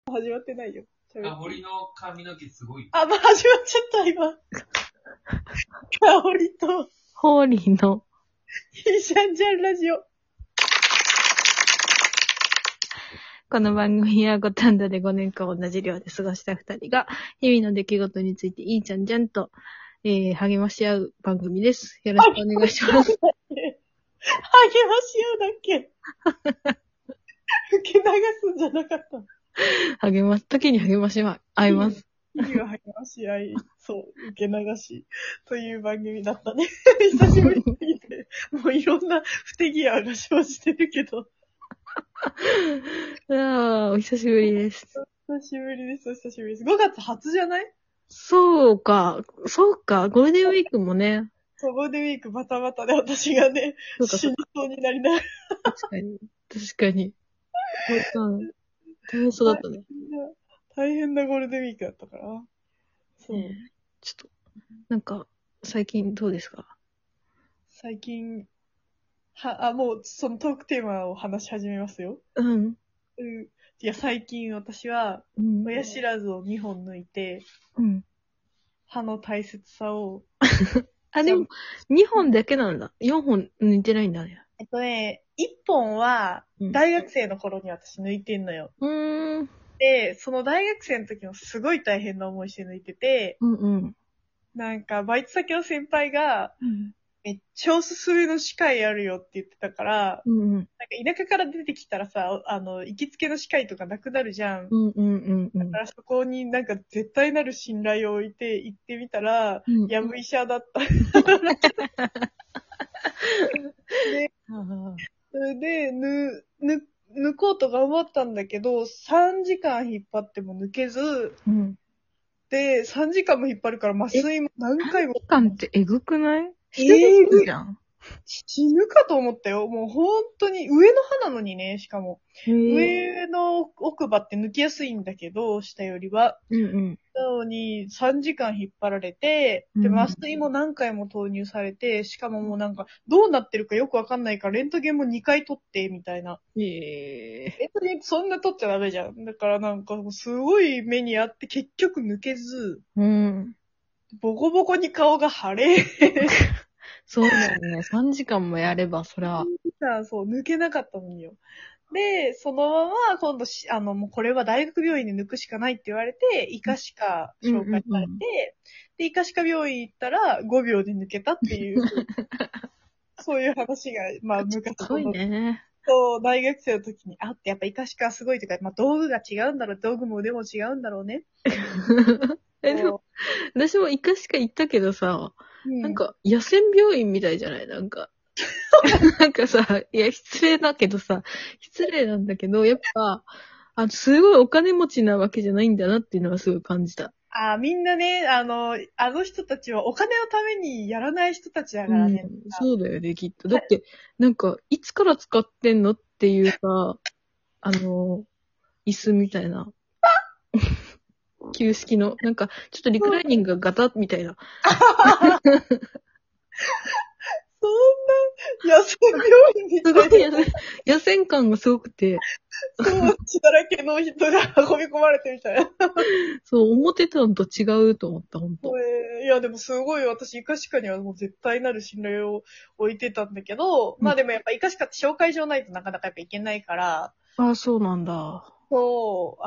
始まってないよ。 あ、森の髪の毛すごい。 あ、もう始まっちゃった、今。香りと、 ホーリーのいいじゃんじゃんラジオ。 この番組は五反田で5年間同じ寮で過ごした2人が日々の出来事についていいちゃんじゃんと、励まし合う番組です。よろしくお願いします。 励まし合うだっけ受け流すんじゃなかった。 励ます時に励まし合います。 日々は励まし合い、そう、受け流しという番組だったね。久しぶりすぎて、もういろんな不手際が生じてるけど。 お久しぶりです。 久しぶりです、久しぶりです。5月初じゃない？ そうか、ゴールデンウィークもね。 そう、ゴールデンウィークバタバタで私がね、死にそうになりながら。 確かに。大変そうだったね。 大変なゴールデンウィークだったから。そう。 ちょっと、なんか、最近どうですか？ 最近、もうそのトークテーマを話し始めますよ。 うん。 うん。いや、最近私は、親知らずを2本抜いて、 うん。 歯の大切さを。 あ、でも、2本だけなんだ。4本抜いてないんだね。 1本は、大学生の頃に私抜いてんのよ。で、その大学生の時もすごい大変な思いして抜いてて、なんか、バイト先の先輩が、めっちゃおすすめの歯科医あるよって言ってたから、なんか田舎から出てきたらさ、行きつけの歯科医とかなくなるじゃん。だからそこになんか絶対なる信頼を置いて行ってみたら、やぶ医者だった。で、それで、抜こうと頑張ったんだけど、3時間引っ張っても抜けず、で、3時間も引っ張るから麻酔も何回も。 3時間ってえぐくない？ じゃん。死ぬかと思ったよ。もう本当に、上の歯なのにね、しかも。上の奥歯って抜きやすいんだけど、下よりは。なのに、3時間引っ張られて、で、麻酔も何回も投入されて、しかももうなんか、どうなってるかよくわかんないから、レントゲンも2回取って、みたいな。レントゲンそんな取っちゃダメじゃん。だからなんか、すごい目にあって、結局抜けず、ボコボコに顔が腫れ。 そうだよね。3時間もやれば、そりゃ。 そう、抜けなかったのによ。で、そのまま、今度もうこれは大学病院で抜くしかないって言われて、医科歯科紹介されて、で、医科歯科病院行ったら5秒で抜けたっていう、そういう話が、まあ、昔すごいね。 そう、大学生の時にあって、やっぱ医科歯科すごいとか、まあ、道具が違うんだろう、道具も腕も違うんだろうね。 でも、私も医科歯科行ったけどさ、なんか、野戦病院みたいじゃない？なんか。なんかさ、いや、失礼なんだけど、やっぱ、すごいお金持ちなわけじゃないんだなっていうのはすごい感じた。 みんなね、あの人たちはお金のためにやらない人たちだからね。 そうだよね、きっと。だって、なんか、いつから使ってんのっていうさ、椅子みたいな。旧式の、なんか、ちょっとリクライニングがガタッみたいな。 そんな、野戦病院みたいな。 すごい野戦感がすごくて。 そう、血だらけの人が運び込まれてみたいな。 そう、思ってたのと違うと思った、ほんと。 いや、でもすごい私、医科歯科にはもう絶対なる信頼を置いてたんだけど、まあでもやっぱ医科歯科って紹介状ないとなかなかやっぱいけないから。 あ、そうなんだ。 そう、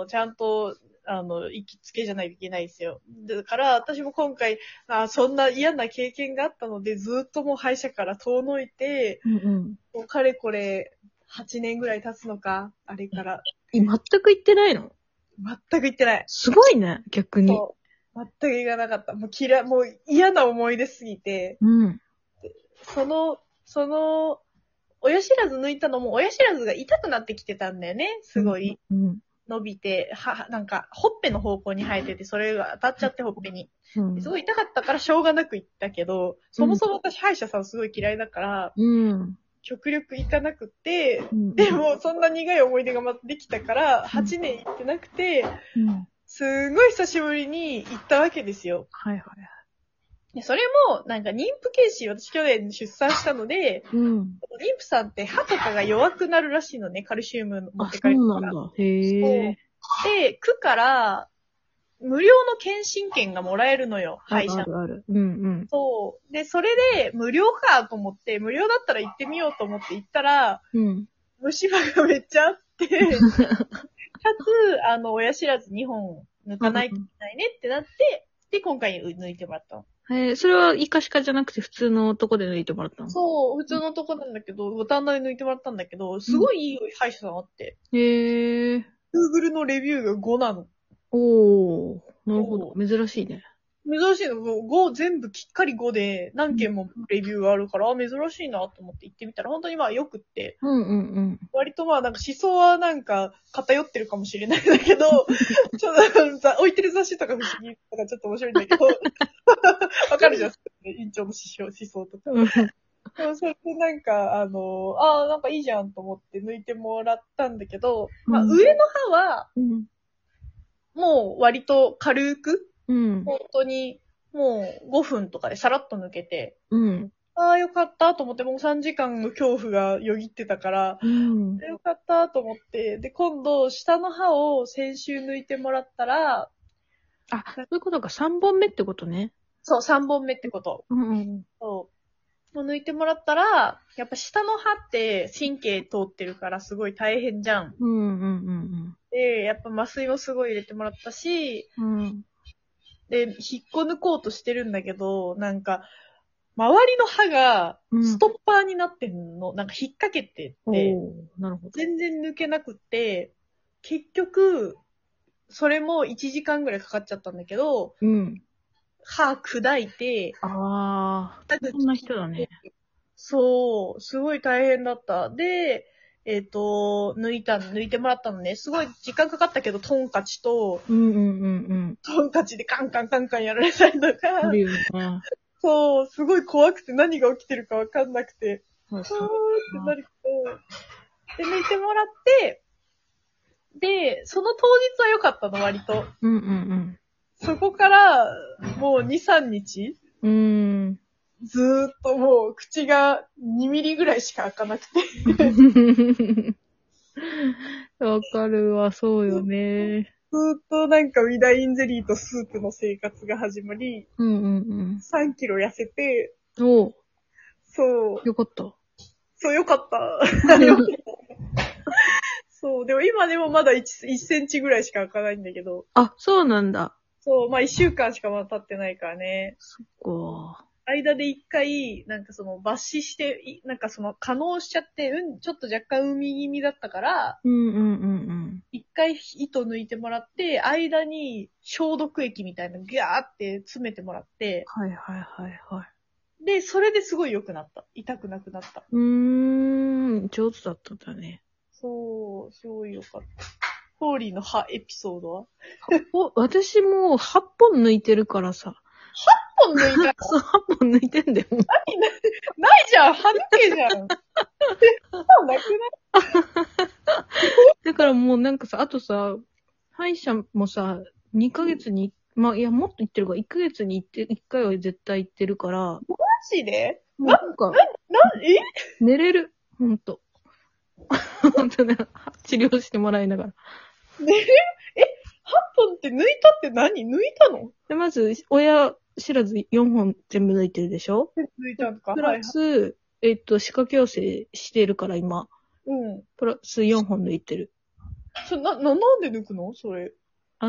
ちゃんと、行きつけじゃないといけないですよ。だから、私も今回、そんな嫌な経験があったので、ずっともう歯医者から遠のいて、もうかれこれ、8年ぐらい経つのか、あれから。 全く行ってないの？ 全く行ってない。 すごいね、逆に。 そう。全く行かなかった。もう嫌な思い出すぎて。その、親知らず抜いたのも、親知らずが痛くなってきてたんだよね。すごい。伸びて、なんか、ほっぺの方向に生えてて、それが当たっちゃって、ほっぺに。すごい痛かったからしょうがなく行ったけど、そもそも私歯医者さんすごい嫌いだから、極力行かなくて、でもそんな苦い思い出がまたできたから、8年行ってなくて、すんごい久しぶりに行ったわけですよ。それも、なんか妊婦検診、私去年出産したので、妊婦さんって歯とかが弱くなるらしいのね、カルシウム持ってかれるから。 そうなんだ。へぇー。 で、区から、無料の検診券がもらえるのよ、歯医者。 ある。うんうん。 そう。で、それで、無料かと思って、無料だったら行ってみようと思って行ったら、 うん。 虫歯がめっちゃあって、かつ、親知らず2本抜かないといけないねってなって、で、今回抜いてもらったの。 それはイカシカじゃなくて普通のとこで抜いてもらったの？ そう、普通のとこなんだけど、五反田で抜いてもらったんだけど、すごいいい歯医者さんあって。 へー。 Google のレビューが5なの。 おー、なるほど。珍しいね。 珍しいの。5、全部きっかり5で、何件もレビューがあるから、珍しいなと思って行ってみたら、本当にまあ良くって。 うんうんうん。 割とまあなんか思想はなんか偏ってるかもしれないんだけど、ちょっと置いてる雑誌とか不思議とかちょっと面白いんだけど、わかるじゃん、院長の思想とか。でもそれでなんか、なんかいいじゃんと思って抜いてもらったんだけど、まあ上の歯は、もう割と軽く、本当にもう5分とかでさらっと抜けて、ああ、よかったと思って、もう3時間の恐怖がよぎってたから、よかったと思って、で、今度、下の歯を先週抜いてもらったら、 そういうことか、3本目ってことね。 そう、3本目ってこと。そう。もう抜いてもらったら、やっぱ下の歯って神経通ってるからすごい大変じゃん。で、やっぱ麻酔もすごい入れてもらったし、で、引っこ抜こうとしてるんだけど、なんか、周りの歯がストッパーになってんの、なんか引っ掛けてて、全然抜けなくって、結局、それも1時間ぐらいかかっちゃったんだけど、歯砕いて、 そんな人だね。 そう、すごい大変だった。で、抜いてもらったのね。すごい時間かかったけど、トンカチと、トンカチでカンカンカンカンやられたりとか、そう、すごい怖くて何が起きてるかわかんなくて、ってなるけど、で、抜いてもらって、で、その当日は良かったの、割と。そこから、もう2、3日ずーっともう口が2ミリぐらいしか開かなくて。 わかるわ、そうよね。 ずーっとなんかウィダインゼリーとスープの生活が始まり、3キロ痩せて、そう。 よかった。 そう、よかった。そう、でもまだ1センチぐらいしか開かないんだけど。 そうなんだ。 そう、まあ1週間しかまだ経ってないからね。 そっか。 間で一回、なんかその抜歯して、なんかその可能しちゃって、ちょっと若干海気味だったから、一回糸抜いてもらって、間に消毒液みたいなのギャーって詰めてもらって、で、それですごい良くなった。痛くなくなった。 上手だったんだね。 そう、すごい良かった。ホーリーの歯エピソードは私も8本抜いてるからさ。 8本抜いたそう、8本抜いてんだよ。ないじゃん、歯抜けじゃん。なくないだからもうなんかさ、あとさ、歯医者もさ、2ヶ月に、いや、もっと行ってるから、1ヶ月に1回は絶対行ってるから。マジでなんか、寝れる。ほんと。ほんとね、治療してもらいながら。 寝れる8本って抜いたって何抜いたので、まず、親知らず4本全部抜いてるでしょ？ 抜いたのか。 プラス、歯科矯正してるから今。プラス4本抜いてる。 なんで抜くのそれ。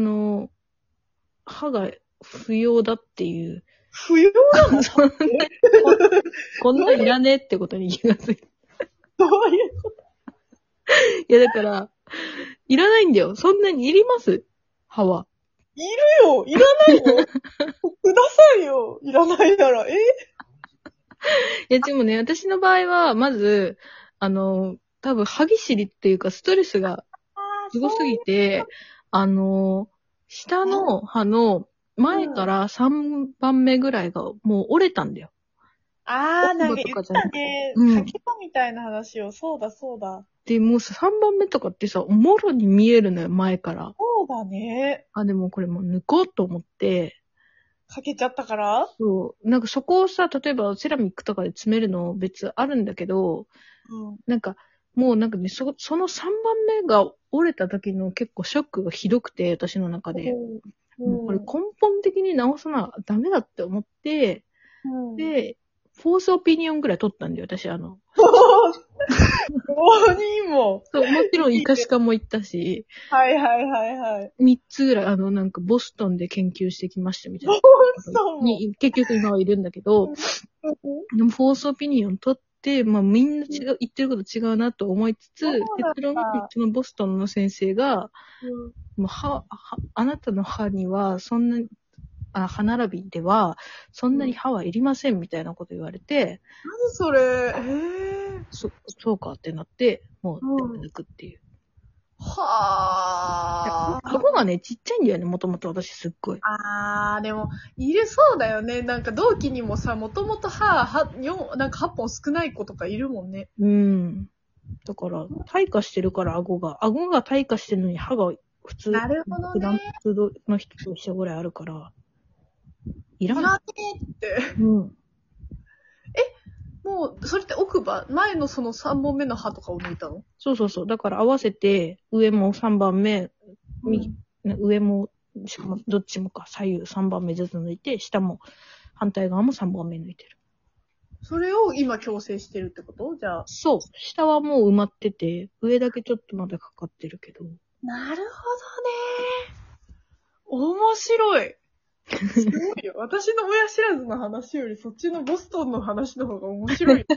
歯が不要だっていう。 不要なのこんなんいらねえってことに気がついた。 どういうこといや、だから、いらないんだよ。そんなにいります歯は。 いるよいらないよくださいよいらないなら。いや、でもね、私の場合は、まず、多分、歯ぎしりっていうか、ストレスがすごすぎて、下の歯の前から3番目ぐらいがもう折れたんだよ。 なんか言ったね。先ほみたいな話を。そうだ。 で、もうさ、3番目とかってさ、もろに見えるのよ、前から。 そうだね。 でもこれもう抜こうと思って。 かけちゃったからそう。なんかそこをさ、例えばセラミックとかで詰めるの別あるんだけど、なんか、 もうなんかね、その3番目が折れた時の結構ショックがひどくて、私の中で。もうこれ根本的に直さなダメだって思って、で、フォースオピニオンぐらい取ったんだよ、私 5人も。 そう、もちろんイカシカも行ったし、 はいはいはいはい。 3つぐらい、なんかボストンで研究してきましたみたいな。 ボストンに、結局今はいるんだけど、でもフォースオピニオン取って、まあみんな言ってること違うなと思いつつ、結論、そのボストンの先生が、もうあなたの歯には、そんなに、歯並びでは、そんなに歯はいりませんみたいなこと言われて、 何それそうかってなって、もう抜くっていう。 はぁ。 顎がね、ちっちゃいんだよね、もともと私すっごい。 でも、いるそうだよね。なんか同期にもさ、もともとなんか8本少ない子とかいるもんね。 だから、退化してるから顎が退化してるのに歯が普通、 なるほどね。 普通の人と一緒ぐらいあるから、いらん。 いらねえって。もう、それって前のその3本目の歯とかを抜いたの？ そう。だから合わせて、上も3番目、上も、しかもどっちもか、左右3番目ずつ抜いて、下も、反対側も3番目抜いてる。 それを今矯正してるってこと？じゃあ。 そう。下はもう埋まってて、上だけちょっとまだかかってるけど。 なるほどね。面白い。すごいよ。私の親知らずの話よりそっちのボストンの話の方が面白い。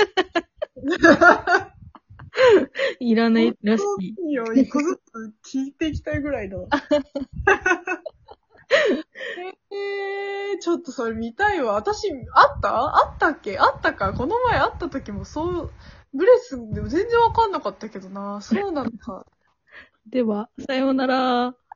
いらないらしい。 いいよ、一個ずつ聞いていきたいぐらいだ。ちょっとそれ見たいわ。私、あったっけ？あったか。この前会った時もブレスでも全然わかんなかったけどな。そうなんだ。 では、さようなら。